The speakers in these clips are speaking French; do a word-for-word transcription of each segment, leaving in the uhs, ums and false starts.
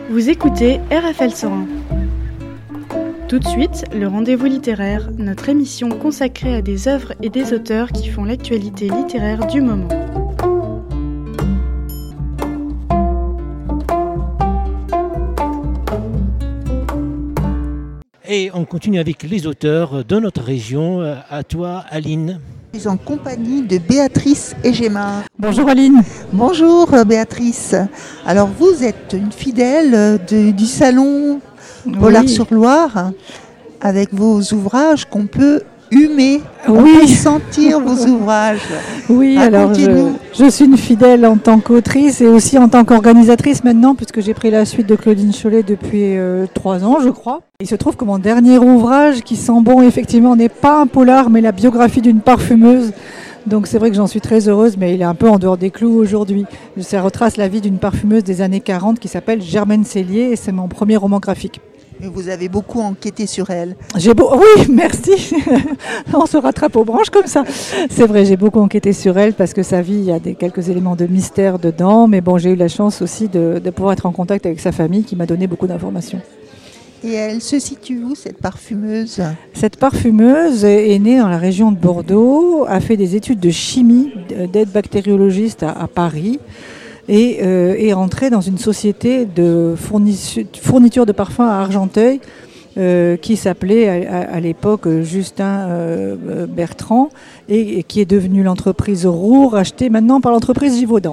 Vous écoutez R F L cent un. Tout de suite, le rendez-vous littéraire, notre émission consacrée à des œuvres et des auteurs qui font l'actualité littéraire du moment. Et on continue avec les auteurs de notre région. À toi, Aline. Je suis en compagnie de Béatrice Egemar. Bonjour Aline. Bonjour Béatrice. Alors vous êtes une fidèle de, du salon Bollard-sur-Loire avec vos ouvrages qu'on peut humer, on oui. peut sentir vos ouvrages. Oui, alors je, je suis une fidèle en tant qu'autrice et aussi en tant qu'organisatrice maintenant, puisque j'ai pris la suite de Claudine Cholet depuis euh, trois ans, je crois. Il se trouve que mon dernier ouvrage, qui sent bon, effectivement, n'est pas un polar, mais la biographie d'une parfumeuse. Donc c'est vrai que j'en suis très heureuse, mais il est un peu en dehors des clous aujourd'hui. Ça retrace la vie d'une parfumeuse des années quarante qui s'appelle Germaine Cellier, et c'est mon premier roman graphique. Et vous avez beaucoup enquêté sur elle. J'ai beau... Oui, merci. On se rattrape aux branches comme ça. C'est vrai, j'ai beaucoup enquêté sur elle parce que sa vie, il y a des, quelques éléments de mystère dedans. Mais bon, j'ai eu la chance aussi de, de pouvoir être en contact avec sa famille qui m'a donné beaucoup d'informations. Et elle se situe où, cette parfumeuse ? Cette parfumeuse est née dans la région de Bordeaux, a fait des études de chimie, d'aide bactériologiste à, à Paris. Et euh, est rentrée dans une société de fourniture, fourniture de parfums à Argenteuil euh, qui s'appelait à, à, à l'époque Justin euh, Bertrand et, et qui est devenue l'entreprise Roux, rachetée maintenant par l'entreprise Givaudan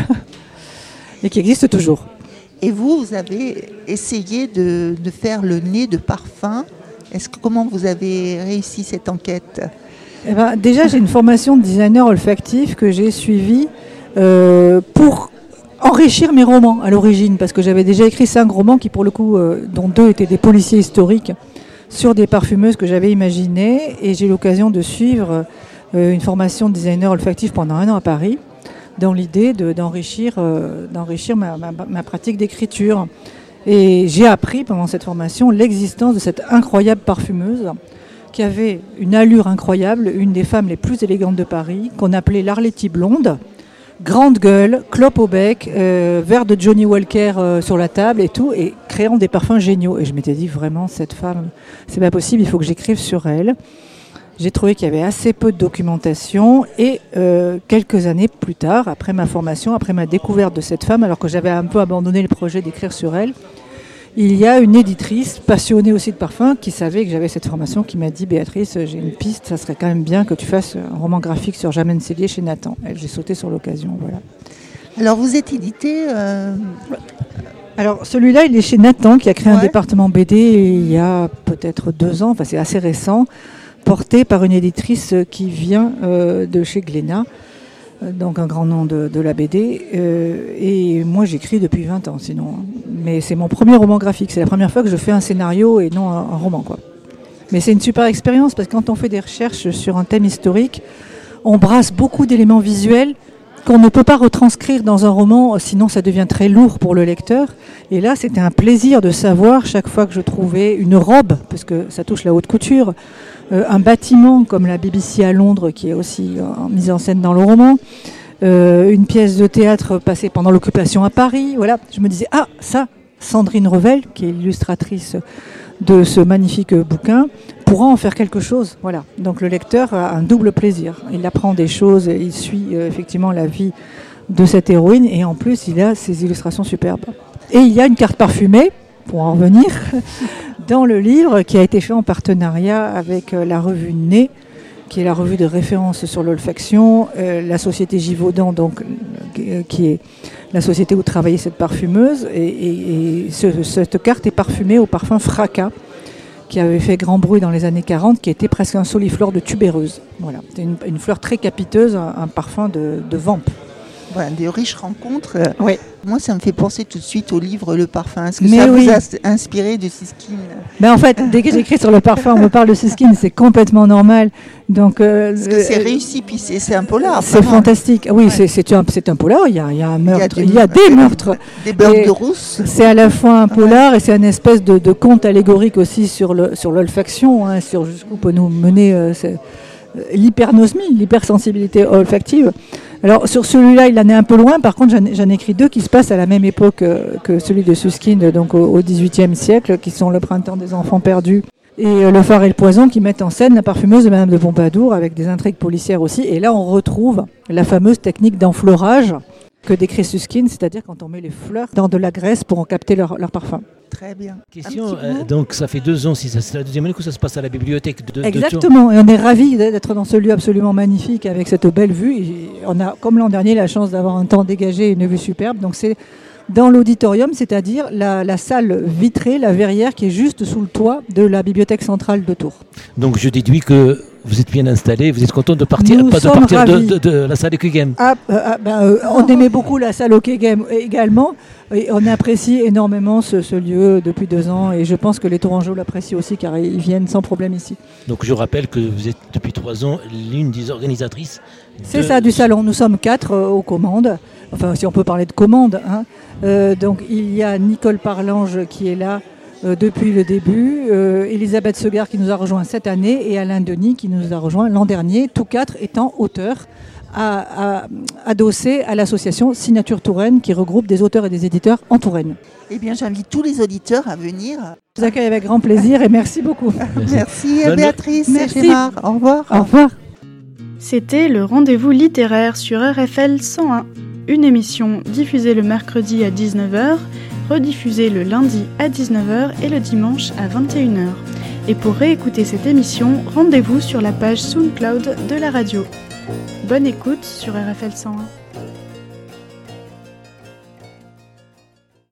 et qui existe toujours. Et vous, vous avez essayé de, de faire le nez de parfum. Est-ce que, comment vous avez réussi cette enquête ? Eh ben, déjà, j'ai une formation de designer olfactif que j'ai suivie euh, pour enrichir mes romans à l'origine, parce que j'avais déjà écrit cinq romans qui, pour le coup, euh, dont deux étaient des policiers historiques sur des parfumeuses que j'avais imaginées, et j'ai eu l'occasion de suivre euh, une formation de designer olfactif pendant un an à Paris, dans l'idée de, d'enrichir, euh, d'enrichir ma, ma, ma pratique d'écriture. Et j'ai appris pendant cette formation l'existence de cette incroyable parfumeuse qui avait une allure incroyable, une des femmes les plus élégantes de Paris, qu'on appelait l'Arletty blonde. Grande gueule, clope au bec, euh, verre de Johnny Walker euh, sur la table et tout, et créant des parfums géniaux. Et je m'étais dit, vraiment, cette femme, c'est pas possible, il faut que j'écrive sur elle. J'ai trouvé qu'il y avait assez peu de documentation, et euh, quelques années plus tard, après ma formation, après ma découverte de cette femme, alors que j'avais un peu abandonné le projet d'écrire sur elle, il y a une éditrice passionnée aussi de parfums qui savait que j'avais cette formation, qui m'a dit, Béatrice, j'ai une piste, ça serait quand même bien que tu fasses un roman graphique sur Germaine Cellier chez Nathan. Et j'ai sauté sur l'occasion, voilà. Alors vous êtes édité euh... Alors celui-là, il est chez Nathan, qui a créé ouais. un département B D il y a peut-être deux ans, enfin c'est assez récent, porté par une éditrice qui vient euh, de chez Glénat. Donc un grand nom de, de la B D, euh, et moi j'écris depuis vingt ans sinon, mais c'est mon premier roman graphique, c'est la première fois que je fais un scénario et non un, un roman quoi. Mais c'est une super expérience parce que quand on fait des recherches sur un thème historique, on brasse beaucoup d'éléments visuels qu'on ne peut pas retranscrire dans un roman, sinon ça devient très lourd pour le lecteur. Et là c'était un plaisir de savoir chaque fois que je trouvais une robe, parce que ça touche la haute couture, Euh, un bâtiment comme la B B C à Londres qui est aussi euh, mise en scène dans le roman, euh, une pièce de théâtre passée pendant l'occupation à Paris, voilà, je me disais ah ça, Sandrine Revel qui est l'illustratrice de ce magnifique bouquin pourra en faire quelque chose, voilà. Donc le lecteur a un double plaisir, il apprend des choses, il suit euh, effectivement la vie de cette héroïne et en plus il a ses illustrations superbes. Et il y a une carte parfumée pour en revenir dans le livre qui a été fait en partenariat avec la revue Nez, qui est la revue de référence sur l'olfaction, euh, la société Givaudan, donc, euh, qui est la société où travaillait cette parfumeuse. Et, et, et ce, cette carte est parfumée au parfum Fracas, qui avait fait grand bruit dans les années quarante, qui était presque un soliflore de tubéreuse. Voilà. C'est une, une fleur très capiteuse, un, un parfum de, de vampe. Voilà, des riches rencontres. Oui. Moi, ça me fait penser tout de suite au livre Le Parfum. Est-ce que Mais ça oui. vous a inspiré de Siskin ? Ben en fait, dès que j'écris sur le parfum, on me parle de Siskin, c'est complètement normal. Donc, euh, Parce que c'est réussi, puis c'est, c'est un polar. C'est vraiment. fantastique. Oui, ouais. c'est, c'est, un, c'est un polar, il y a, il y a un meurtre, il y a, il y a, du, il y a des meurtres. Des beurres de rousse. C'est à la fois un polar ouais. et c'est une espèce de, de conte allégorique aussi sur, le, sur l'olfaction, hein, sur jusqu'où peut nous mener... Euh, l'hypernosmie, l'hypersensibilité olfactive. Alors sur celui-là, il en est un peu loin. Par contre, j'en, j'en ai écrit deux qui se passent à la même époque euh, que celui de Suskind, donc au, au dix-huitième siècle, qui sont Le Printemps des enfants perdus et euh, Le phare et le poison, qui mettent en scène la parfumeuse de Madame de Pompadour, avec des intrigues policières aussi. Et là, on retrouve la fameuse technique d'enfleurage que décrit Suskind, c'est-à-dire quand on met les fleurs dans de la graisse pour en capter leur, leur parfum. Très bien. Question, euh, donc ça fait deux ans, si ça, c'est la deuxième année que ça se passe à la bibliothèque de, de Exactement, et on est ravis d'être dans ce lieu absolument magnifique avec cette belle vue. Et on a, comme l'an dernier, la chance d'avoir un temps dégagé et une vue superbe. Donc c'est dans l'auditorium, c'est-à-dire la, la salle vitrée, la verrière qui est juste sous le toit de la bibliothèque centrale de Tours. Donc je déduis que vous êtes bien installé, vous êtes content de partir, Nous pas de, partir de, ravis. de, de la salle Hockey Game. Ah, euh, ben, euh, on aimait beaucoup la salle Hockey Game également. Et on apprécie énormément ce, ce lieu depuis deux ans et je pense que les Tourangeaux l'apprécient aussi car ils viennent sans problème ici. Donc je rappelle que vous êtes depuis trois ans l'une des organisatrices. C'est de... ça, du salon. Nous sommes quatre euh, aux commandes, enfin si on peut parler de commandes. Hein. Euh, donc il y a Nicole Parlange qui est là euh, depuis le début, euh, Elisabeth Segard qui nous a rejoint cette année et Alain Denis qui nous a rejoint l'an dernier, tous quatre étant auteurs. À, à, adossé à l'association Signature Touraine qui regroupe des auteurs et des éditeurs en Touraine. Eh bien, j'invite tous les auditeurs à venir. Je vous accueille avec grand plaisir et merci beaucoup. Merci, merci Bonne... Béatrice merci. et Gérard. Au revoir. Au revoir. C'était le rendez-vous littéraire sur R F L cent un, une émission diffusée le mercredi à dix-neuf heures, rediffusée le lundi à dix-neuf heures et le dimanche à vingt et une heures. Et pour réécouter cette émission, rendez-vous sur la page SoundCloud de la radio. Bonne écoute sur R F L cent un.